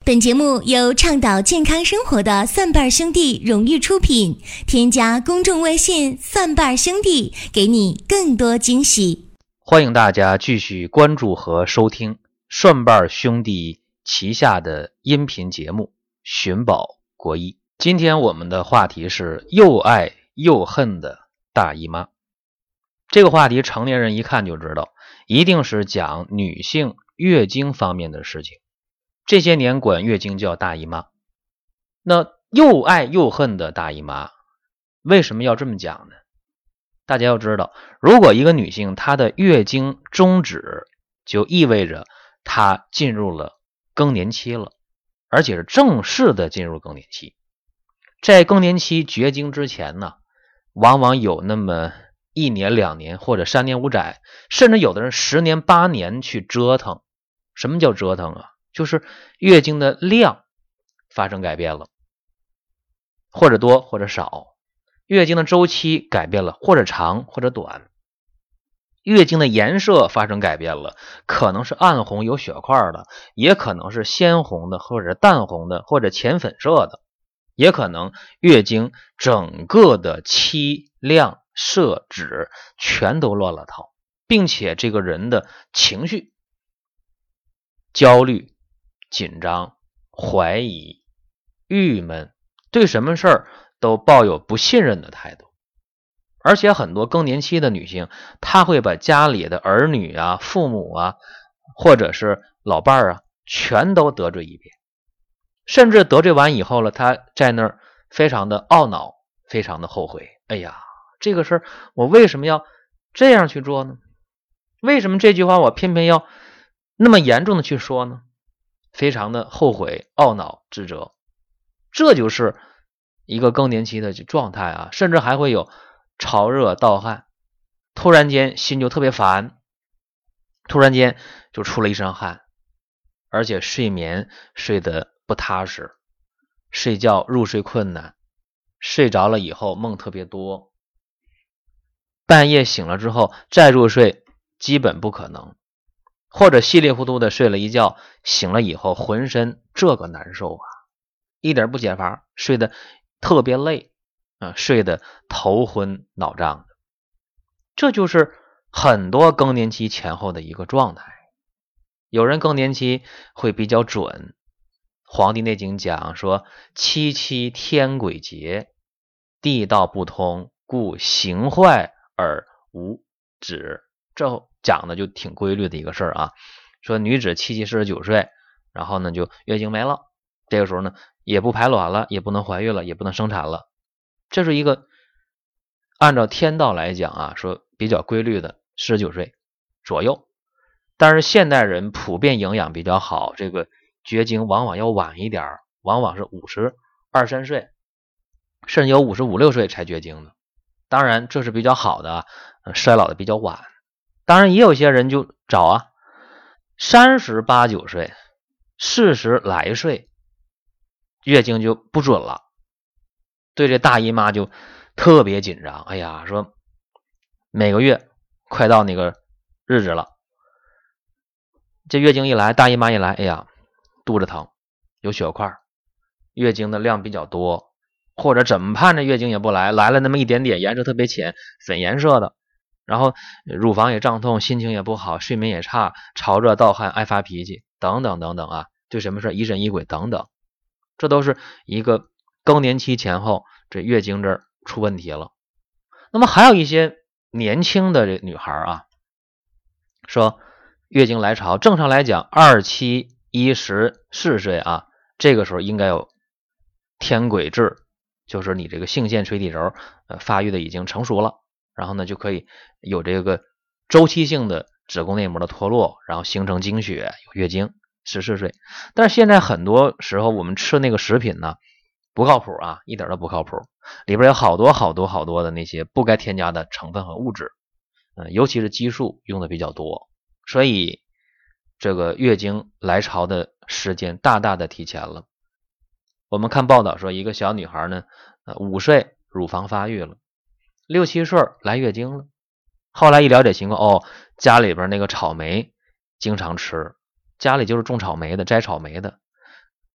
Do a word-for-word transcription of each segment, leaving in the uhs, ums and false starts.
本节目由倡导健康生活的蒜瓣兄弟荣誉出品，添加公众微信蒜瓣兄弟，给你更多惊喜。 欢迎大家继续关注和收听蒜瓣兄弟旗下的音频节目寻宝国医。今天我们的话题是又爱又恨的大姨妈。这个话题成年人一看就知道，一定是讲女性月经方面的事情。这些年管月经叫大姨妈。那又爱又恨的大姨妈，为什么要这么讲呢？大家要知道，如果一个女性她的月经终止，就意味着她进入了更年期了，而且是正式的进入更年期。在更年期绝经之前呢，往往有那么一年两年或者三年五载，甚至有的人十年八年去折腾。什么叫折腾啊？就是月经的量发生改变了，或者多或者少，月经的周期改变了，或者长或者短，月经的颜色发生改变了，可能是暗红有血块的，也可能是鲜红的，或者淡红的，或者浅粉色的，也可能月经整个的期量色值全都乱了套，并且这个人的情绪焦虑、紧张、怀疑、郁闷，对什么事儿都抱有不信任的态度。而且很多更年期的女性，她会把家里的儿女啊、父母啊，或者是老伴儿啊，全都得罪一遍。甚至得罪完以后了，她在那儿非常的懊恼，非常的后悔。哎呀，这个事儿我为什么要这样去做呢？为什么这句话我偏偏要那么严重的去说呢？非常的后悔、懊恼、自责。这就是一个更年期的状态啊，甚至还会有潮热盗汗，突然间心就特别烦，突然间就出了一身汗，而且睡眠睡得不踏实，睡觉入睡困难，睡着了以后梦特别多，半夜醒了之后再入睡基本不可能，或者稀里糊涂的睡了一觉，醒了以后浑身这个难受啊，一点不解乏，睡得特别累啊，睡得头昏脑胀的。这就是很多更年期前后的一个状态。有人更年期会比较准，黄帝内经讲说，七七天癸竭，地道不通，故形坏而无止。这讲的就挺规律的一个事儿啊。说女子七七四十九岁，然后呢就月经没了，这个时候呢也不排卵了，也不能怀孕了，也不能生产了。这是一个按照天道来讲啊，说比较规律的四十九岁左右。但是现代人普遍营养比较好，这个绝经往往要晚一点，往往是五十二三岁，甚至有五十五六岁才绝经的。当然这是比较好的，衰老的比较晚。当然也有些人就早啊，三十八九岁、四十来岁，月经就不准了，对这大姨妈就特别紧张。哎呀，说每个月快到那个日子了，这月经一来，大姨妈一来，哎呀，肚子疼，有血块，月经的量比较多，或者怎么盼着月经也不来，来了那么一点点，颜色特别浅，粉颜色的，然后乳房也胀痛，心情也不好，睡眠也差，潮热盗汗，爱发脾气，等等等等啊，对什么事疑神疑鬼等等。这都是一个更年期前后这月经这儿出问题了。那么还有一些年轻的这女孩啊，说月经来潮，正常来讲二七一十四岁啊，这个时候应该有天癸至，就是你这个性腺垂体轴呃发育的已经成熟了，然后呢就可以有这个周期性的子宫内膜的脱落，然后形成经血，有月经，十四岁。但是现在很多时候我们吃那个食品呢不靠谱啊，一点都不靠谱，里边有好多好多好多的那些不该添加的成分和物质，呃、尤其是激素用的比较多，所以这个月经来潮的时间大大的提前了。我们看报道说，一个小女孩呢，呃，五岁乳房发育了，六七岁来月经了。后来一了解情况，哦，家里边那个草莓经常吃，家里就是种草莓的，摘草莓的，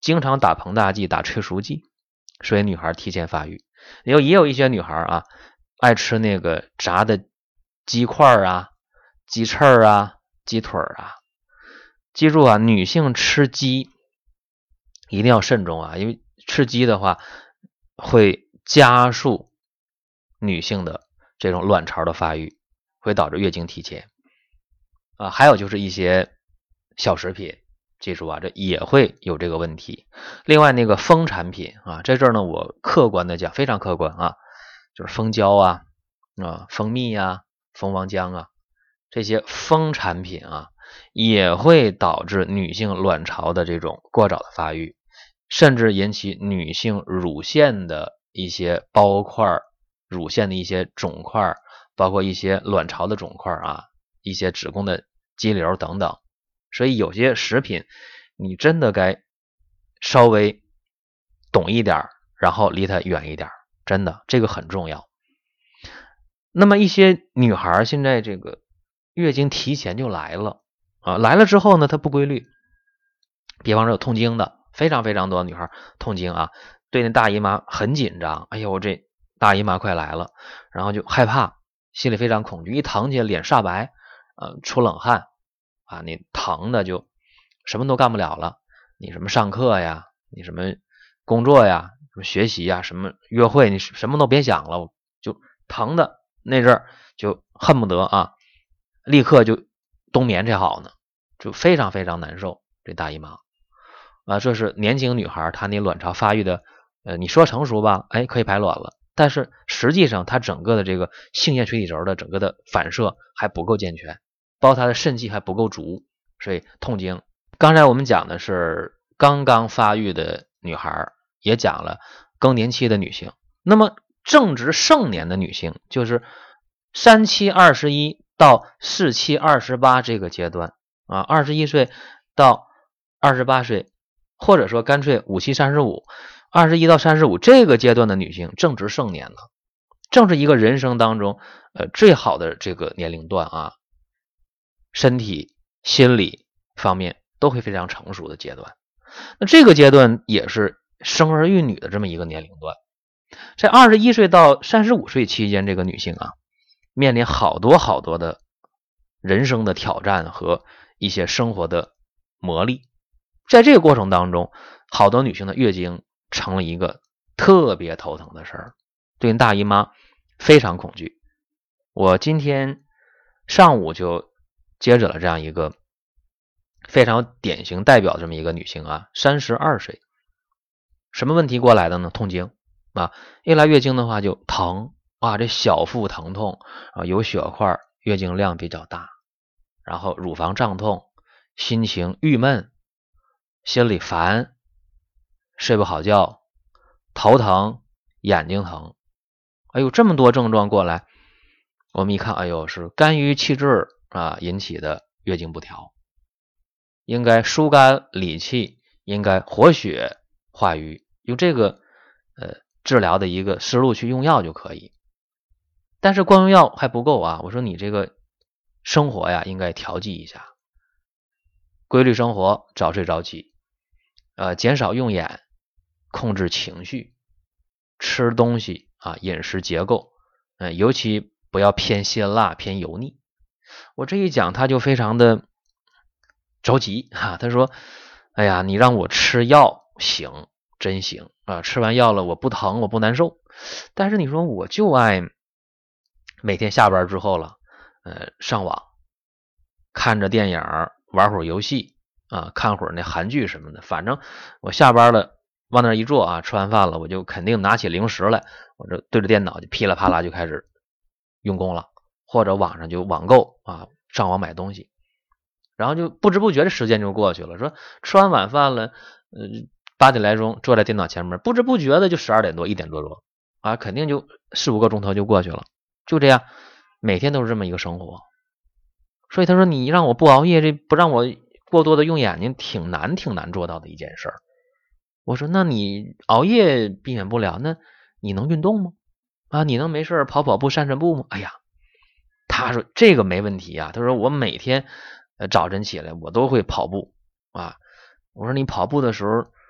经常打膨大剂、打催熟剂，所以女孩提前发育。也有也有一些女孩啊，爱吃那个炸的鸡块啊、鸡翅啊、鸡腿啊。记住啊，女性吃鸡一定要慎重啊，因为吃鸡的话会加速女性的这种卵巢的发育，会导致月经提前啊。还有就是一些小食品，记住啊，这也会有这个问题。另外那个蜂产品啊，在这儿呢我客观的讲，非常客观啊，就是蜂胶啊、啊蜂蜜啊、蜂王浆啊，这些蜂产品啊，也会导致女性卵巢的这种过早的发育，甚至引起女性乳腺的一些包块、乳腺的一些肿块，包括一些卵巢的肿块啊，一些子宫的肌瘤等等。所以有些食品你真的该稍微懂一点，然后离它远一点，真的这个很重要。那么一些女孩现在这个月经提前就来了啊，来了之后呢，它不规律，比方说有痛经的，非常非常多女孩痛经啊，对那大姨妈很紧张，哎呦这大姨妈快来了，然后就害怕，心里非常恐惧，一疼起来脸煞白，呃出冷汗啊，你疼的就什么都干不了了，你什么上课呀，你什么工作呀，什么学习呀，什么约会，你什么都别想了，就疼的那阵儿就恨不得啊立刻就冬眠才好呢，就非常非常难受这大姨妈啊。这是年轻女孩她那卵巢发育的呃你说成熟吧，哎可以排卵了，但是实际上她整个的这个性腺垂体轴的整个的反射还不够健全，包括她的肾气还不够足，所以痛经。刚才我们讲的是刚刚发育的女孩，也讲了更年期的女性。那么正值盛年的女性，就是三七二十一到四七二十八这个阶段啊，二十一岁到二十八岁，或者说干脆五七三十五，二十一到三十五这个阶段的女性正值盛年了，正是一个人生当中呃最好的这个年龄段啊，身体心理方面都会非常成熟的阶段。那这个阶段也是生儿育女的这么一个年龄段，在二十一岁到三十五岁期间，这个女性啊面临好多好多的人生的挑战和一些生活的磨砺。在这个过程当中，好多女性的月经成了一个特别头疼的事儿，对大姨妈非常恐惧。我今天上午就接着了这样一个非常典型代表这么一个女性啊，三十二岁，什么问题过来的呢？痛经啊，一来月经的话就疼啊，这小腹疼痛啊，有血块，月经量比较大，然后乳房胀痛，心情郁闷，心里烦，睡不好觉，头疼，眼睛疼，哎呦，这么多症状过来，我们一看，哎呦，是肝郁气滞啊引起的月经不调，应该疏肝理气，应该活血化瘀，用这个呃治疗的一个思路去用药就可以。但是光用药还不够啊，我说你这个生活呀应该调剂一下，规律生活，早睡早起，呃减少用眼，控制情绪，吃东西啊饮食结构，呃尤其不要偏辛辣偏油腻。我这一讲他就非常的着急哈、啊，他说哎呀你让我吃药行真行啊，吃完药了我不疼我不难受，但是你说我就爱每天下班之后了呃上网看着电影玩会儿游戏啊，看会儿那韩剧什么的，反正我下班了往那一坐啊，吃完饭了我就肯定拿起零食来，我就对着电脑就噼里啪啦就开始用功了，或者网上就网购啊，上网买东西，然后就不知不觉的时间就过去了，说吃完晚饭了呃八点来钟坐在电脑前面，不知不觉的就十二点多一点多多啊，肯定就四五个钟头就过去了，就这样每天都是这么一个生活。所以他说你让我不熬夜，这不让我过多的用眼睛挺难挺难做到的一件事儿。我说那你熬夜避免不了，那你能运动吗？啊，你能没事跑跑步散散步吗？哎呀，他说这个没问题啊，他说我每天呃早晨起来我都会跑步啊。我说你跑步的时候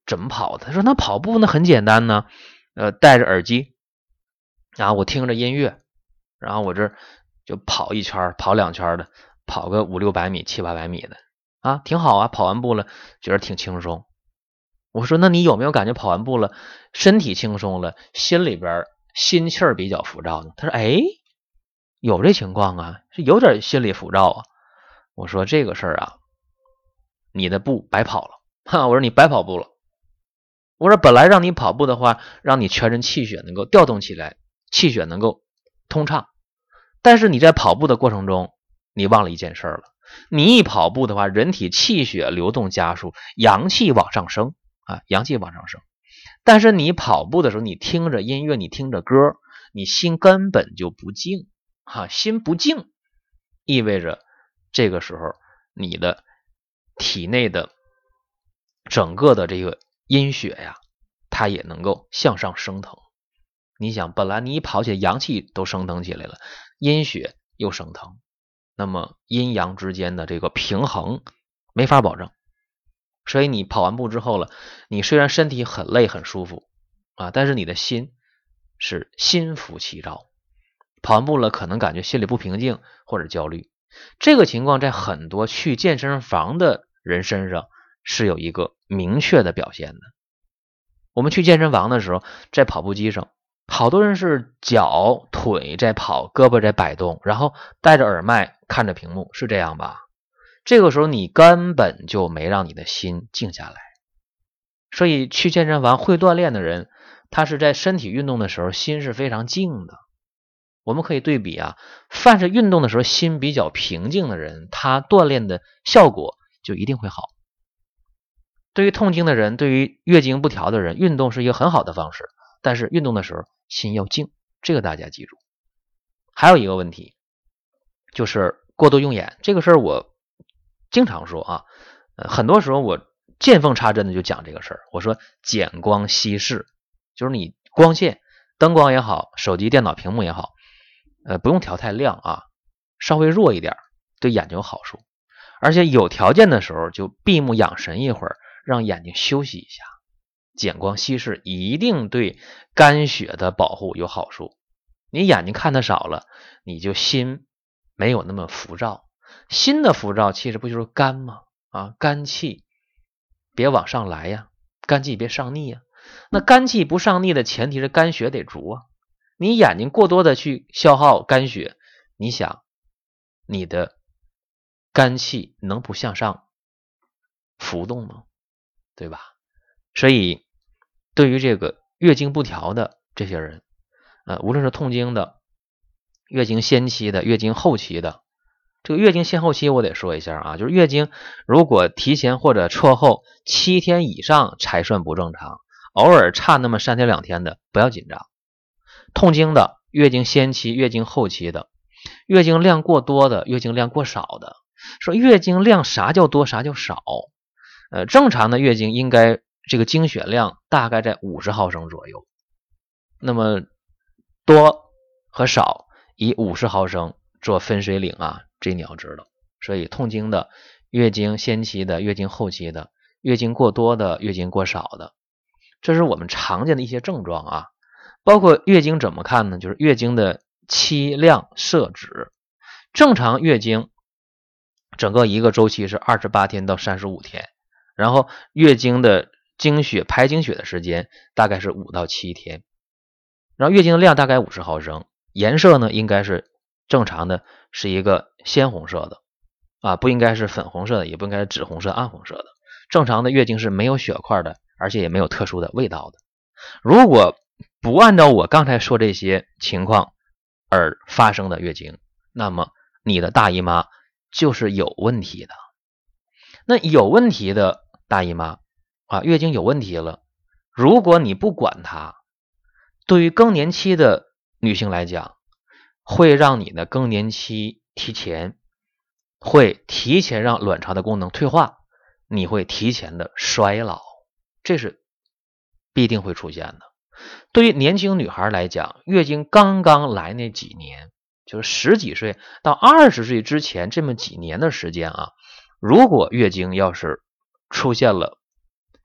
怎么跑的？他说那跑步那很简单呢，呃，戴着耳机，然后我听着音乐，然后我这就跑一圈跑两圈的，跑个五六百米七八百米的啊，挺好啊，跑完步了觉得挺轻松。我说那你有没有感觉跑完步了身体轻松了，心里边心气儿比较浮躁呢？他说哎，有这情况啊，是有点心理浮躁啊。我说这个事儿啊，你的步白跑了哈，我说你白跑步了。我说本来让你跑步的话，让你全身气血能够调动起来，气血能够通畅，但是你在跑步的过程中你忘了一件事了，你一跑步的话，人体气血流动加速，阳气往上升啊，阳气往上升。但是你跑步的时候，你听着音乐，你听着歌，你心根本就不静啊，心不静意味着这个时候你的体内的整个的这个阴血呀，它也能够向上升腾。你想本来你一跑起来阳气都升腾起来了，阴血又升腾，那么阴阳之间的这个平衡没法保证。所以你跑完步之后了，你虽然身体很累很舒服啊，但是你的心是心浮气躁，跑完步了可能感觉心里不平静或者焦虑。这个情况在很多去健身房的人身上是有一个明确的表现的。我们去健身房的时候，在跑步机上，好多人是脚腿在跑，胳膊在摆动，然后戴着耳麦看着屏幕，是这样吧？这个时候你根本就没让你的心静下来。所以去健身房会锻炼的人，他是在身体运动的时候心是非常静的。我们可以对比啊，凡是运动的时候心比较平静的人，他锻炼的效果就一定会好。对于痛经的人，对于月经不调的人，运动是一个很好的方式，但是运动的时候心要静，这个大家记住。还有一个问题就是过度用眼，这个事儿我经常说啊，呃，很多时候我见缝插针的就讲这个事儿。我说减光稀释，就是你光线灯光也好，手机电脑屏幕也好，呃，不用调太亮啊，稍微弱一点对眼睛有好处。而且有条件的时候就闭目养神一会儿，让眼睛休息一下。减光稀释一定对肝血的保护有好处。你眼睛看得少了，你就心没有那么浮躁。心的浮躁其实不就是肝吗？啊，肝气别往上来呀，肝气别上逆呀。那肝气不上逆的前提是肝血得足啊。你眼睛过多的去消耗肝血，你想你的肝气能不向上浮动吗？对吧？所以对于这个月经不调的这些人，呃，无论是痛经的、月经先期的、月经后期的，这个月经先后期我得说一下啊，就是月经如果提前或者错后七天以上才算不正常，偶尔差那么三天两天的不要紧张。痛经的、月经先期、月经后期的、月经量过多的、月经量过少的，说月经量啥叫多啥叫少？呃，正常的月经应该这个经血量大概在五十毫升左右，那么多和少以五十毫升做分水岭啊，这你要知道。所以痛经的、月经先期的、月经后期的、月经过多的、月经过少的，这是我们常见的一些症状啊。包括月经怎么看呢？就是月经的期量摄止，正常月经整个一个周期是二十八天到三十五天，然后月经的经血排经血的时间大概是五到七天，然后月经的量大概五十毫升，颜色呢应该是正常的，是一个鲜红色的啊，不应该是粉红色的，也不应该是紫红色、暗红色的。正常的月经是没有血块的，而且也没有特殊的味道的。如果不按照我刚才说这些情况而发生的月经，那么你的大姨妈就是有问题的。那有问题的大姨妈啊，月经有问题了，如果你不管它，对于更年期的女性来讲，会让你的更年期提前，会提前让卵巢的功能退化，你会提前的衰老，这是必定会出现的。对于年轻女孩来讲，月经刚刚来那几年，就是十几岁到二十岁之前这么几年的时间啊，如果月经要是出现了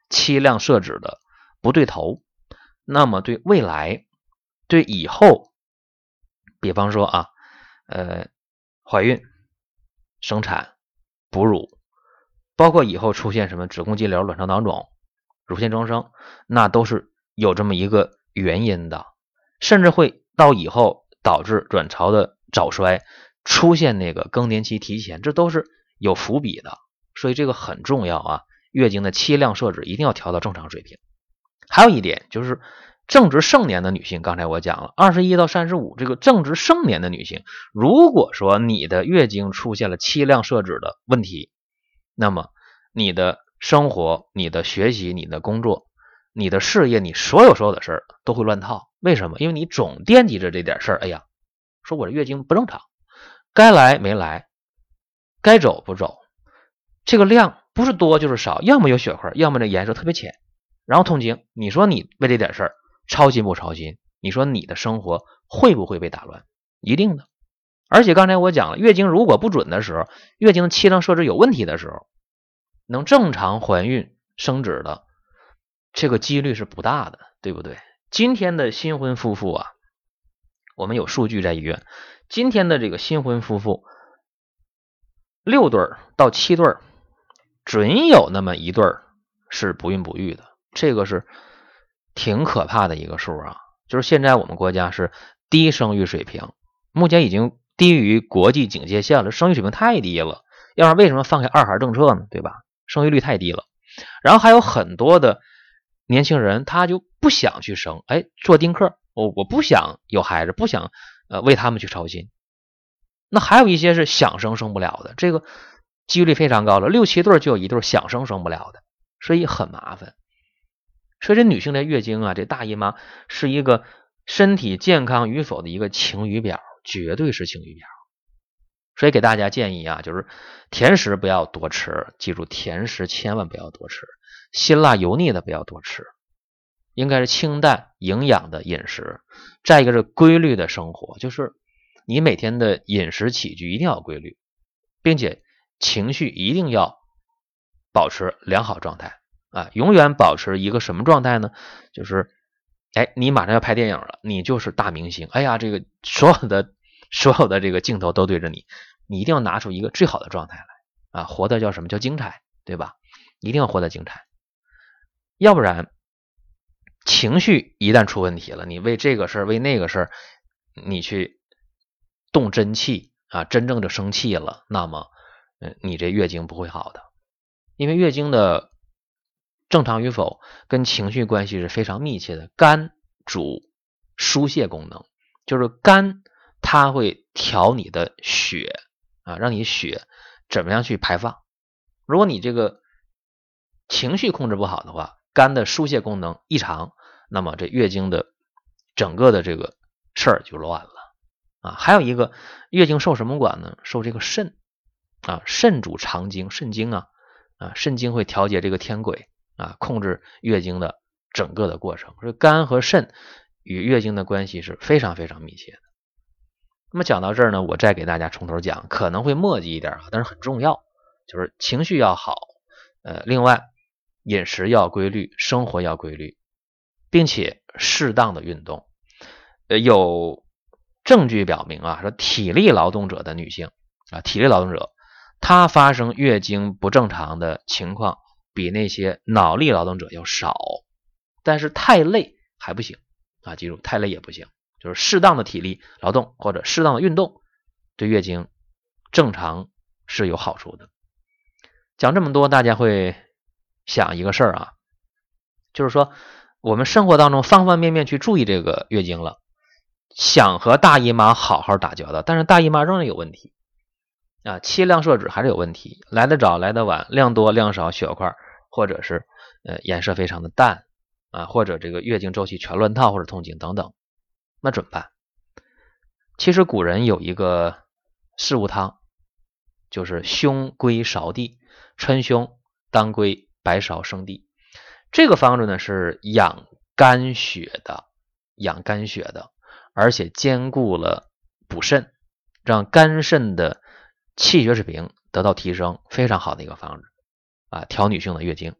期量摄脂的不对头，那么对未来对以后，比方说啊呃怀孕、生产、哺乳，包括以后出现什么子宫肌瘤、卵巢囊肿、乳腺增生，那都是有这么一个原因的，甚至会到以后导致卵巢的早衰，出现那个更年期提前，这都是有伏笔的。所以这个很重要啊，月经的期量摄脂一定要调到正常水平。还有一点就是正值盛年的女性，刚才我讲了二十一到三十五，这个正值盛年的女性，如果说你的月经出现了期量摄脂的问题，那么你的生活、你的学习、你的工作、你的事业，你所有所有的事儿都会乱套。为什么？因为你总惦记着这点事儿，哎呀，说我的月经不正常，该来没来，该走不走，这个量不是多就是少，要么有血块，要么这颜色特别浅，然后痛经，你说你为这点事儿操心不操心？你说你的生活会不会被打乱？一定的。而且刚才我讲了，月经如果不准的时候，月经的期量摄脂有问题的时候，能正常怀孕生殖的这个几率是不大的，对不对？今天的新婚夫妇啊，我们有数据在医院，今天的这个新婚夫妇六对到七对，准有那么一对是不孕不育的，这个是挺可怕的一个数啊。就是现在我们国家是低生育水平，目前已经低于国际警戒线了，生育水平太低了，要不然为什么放开二孩政策呢？对吧？生育率太低了。然后还有很多的年轻人他就不想去生，哎，做丁克，我我不想有孩子，不想呃为他们去操心。那还有一些是想生生不了的，这个几率非常高了，六七对就有一对想生生不了的，所以很麻烦。所以这女性的月经啊，这大姨妈是一个身体健康与否的一个晴雨表，绝对是晴雨表。所以给大家建议啊，就是甜食不要多吃，记住甜食千万不要多吃，辛辣油腻的不要多吃，应该是清淡营养的饮食。再一个是规律的生活，就是你每天的饮食起居一定要有规律，并且情绪一定要保持良好状态啊，永远保持一个什么状态呢？就是哎，你马上要拍电影了，你就是大明星，哎呀，这个所有的所有的这个镜头都对着你，你一定要拿出一个最好的状态来啊，活的叫什么叫精彩，对吧？一定要活得精彩，要不然情绪一旦出问题了，你为这个事儿为那个事儿你去动真气啊，真正的生气了，那么嗯，你这月经不会好的。因为月经的正常与否跟情绪关系是非常密切的，肝主疏泄功能，就是肝它会调你的血啊，让你血怎么样去排放。如果你这个情绪控制不好的话，肝的疏泄功能异常，那么这月经的整个的这个事儿就乱了啊。还有一个，月经受什么管呢？受这个肾啊，肾主藏经，肾经啊啊，肾经会调节这个天轨啊，控制月经的整个的过程。所以肝和肾与月经的关系是非常非常密切的。那么讲到这儿呢，我再给大家从头讲，可能会墨迹一点，但是很重要，就是情绪要好，呃，另外饮食要规律，生活要规律，并且适当的运动。呃，有证据表明啊，说体力劳动者的女性啊，体力劳动者她发生月经不正常的情况比那些脑力劳动者要少，但是太累还不行啊，记住太累也不行，就是适当的体力劳动或者适当的运动对月经正常是有好处的。讲这么多，大家会想一个事儿啊，就是说我们生活当中方方面面去注意这个月经了，想和大姨妈好好打交道，但是大姨妈仍然有问题啊，期量摄脂还是有问题，来得早来得晚，量多量少，血块或者是呃颜色非常的淡啊，或者这个月经周期全乱套或者痛经等等，那怎么办？其实古人有一个四物汤，就是胸归芍地，抻胸当归白芍生地。这个方子呢是养肝血的，养肝血的，而且兼顾了补肾，让肝肾的气血水平得到提升，非常好的一个方子啊，调女性的月经。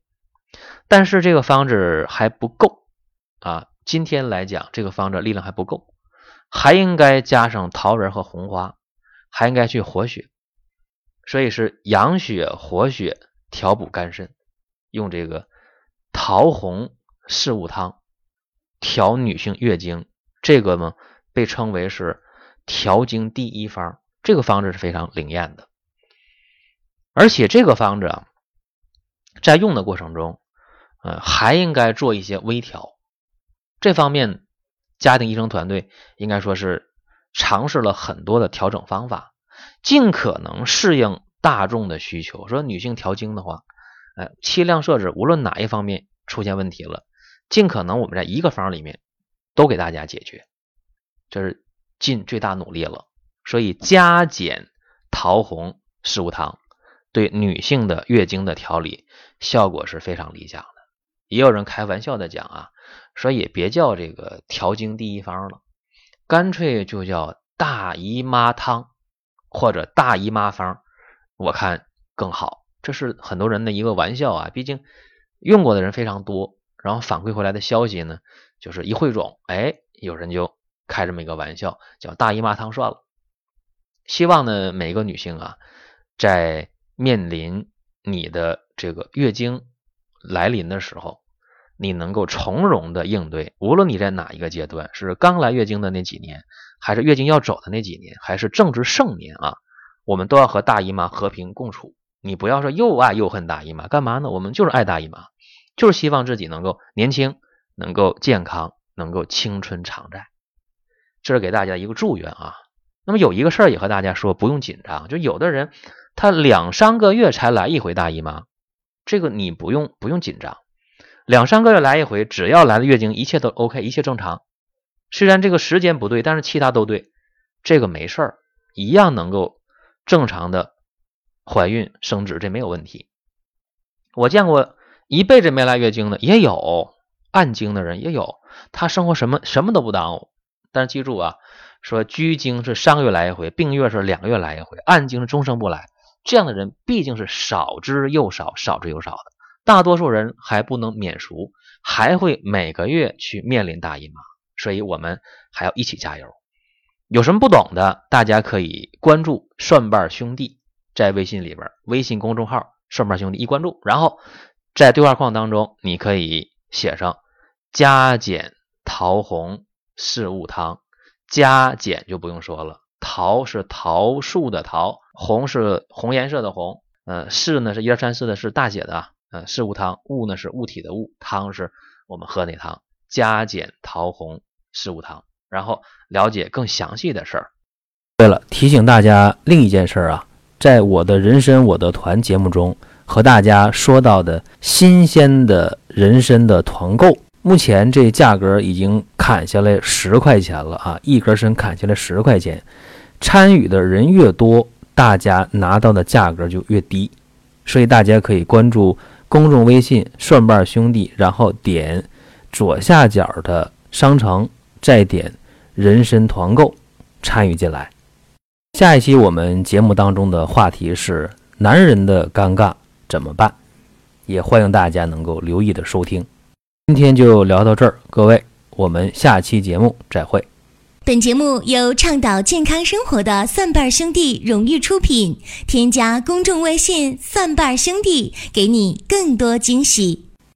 但是这个方子还不够啊，今天来讲这个方子力量还不够，还应该加上桃仁和红花，还应该去活血，所以是养血活血调补肝肾，用这个桃红四物汤调女性月经，这个呢被称为是调经第一方，这个方子是非常灵验的。而且这个方子啊，在用的过程中呃，还应该做一些微调，这方面家庭医生团队应该说是尝试了很多的调整方法，尽可能适应大众的需求。说女性调经的话，呃，气量摄制无论哪一方面出现问题了，尽可能我们在一个方里面都给大家解决，这是尽最大努力了。所以加减桃红四物汤对女性的月经的调理效果是非常理想的。也有人开玩笑的讲啊，说也别叫这个调经第一方了，干脆就叫大姨妈汤或者大姨妈方，我看更好。这是很多人的一个玩笑啊，毕竟用过的人非常多，然后反馈回来的消息呢，就是一汇总，哎，有人就开这么一个玩笑，叫大姨妈汤算了。希望呢，每个女性啊，在面临你的这个月经来临的时候，你能够从容的应对，无论你在哪一个阶段，是刚来月经的那几年，还是月经要走的那几年，还是正值盛年啊，我们都要和大姨妈和平共处。你不要说又爱又恨大姨妈，干嘛呢？我们就是爱大姨妈，就是希望自己能够年轻，能够健康，能够青春常在，这是给大家一个祝愿啊。那么有一个事儿也和大家说，不用紧张，就有的人他两三个月才来一回大姨妈，这个你不用不用紧张，两三个月来一回，只要来了月经，一切都 OK， 一切正常。虽然这个时间不对，但是其他都对，这个没事儿，一样能够正常的怀孕生殖，这没有问题。我见过一辈子没来月经的也有，暗经的人也有，他生活什么什么都不耽误。但是记住啊，说居经是三个月来一回，病月是两个月来一回，暗经是终生不来，这样的人毕竟是少之又少，少之又少的。大多数人还不能免俗，还会每个月去面临大姨妈，所以我们还要一起加油。有什么不懂的，大家可以关注蒜瓣兄弟，在微信里边，微信公众号蒜瓣兄弟一关注，然后在对话框当中你可以写上加减桃红四物汤，加减就不用说了，桃是桃树的桃，红是红颜色的红，呃，四呢是一二三四的是大写的啊，呃，四物汤，物呢是物体的物，汤是我们喝那汤，加减桃红四物汤，然后了解更详细的事儿。 对了，提醒大家另一件事啊，在我的人参我的团节目中和大家说到的新鲜的人参的团购，目前这价格已经砍下来十块钱了啊，一根参砍下来十块钱，参与的人越多，大家拿到的价格就越低，所以大家可以关注公众微信蒜瓣兄弟，然后点左下角的商城，再点人参团购参与进来。下一期我们节目当中的话题是男人的尴尬怎么办，也欢迎大家能够留意的收听。今天就聊到这儿，各位，我们下期节目再会。 本节目由倡导健康生活的蒜瓣兄弟荣誉出品，添加公众微信蒜瓣兄弟，给你更多惊喜。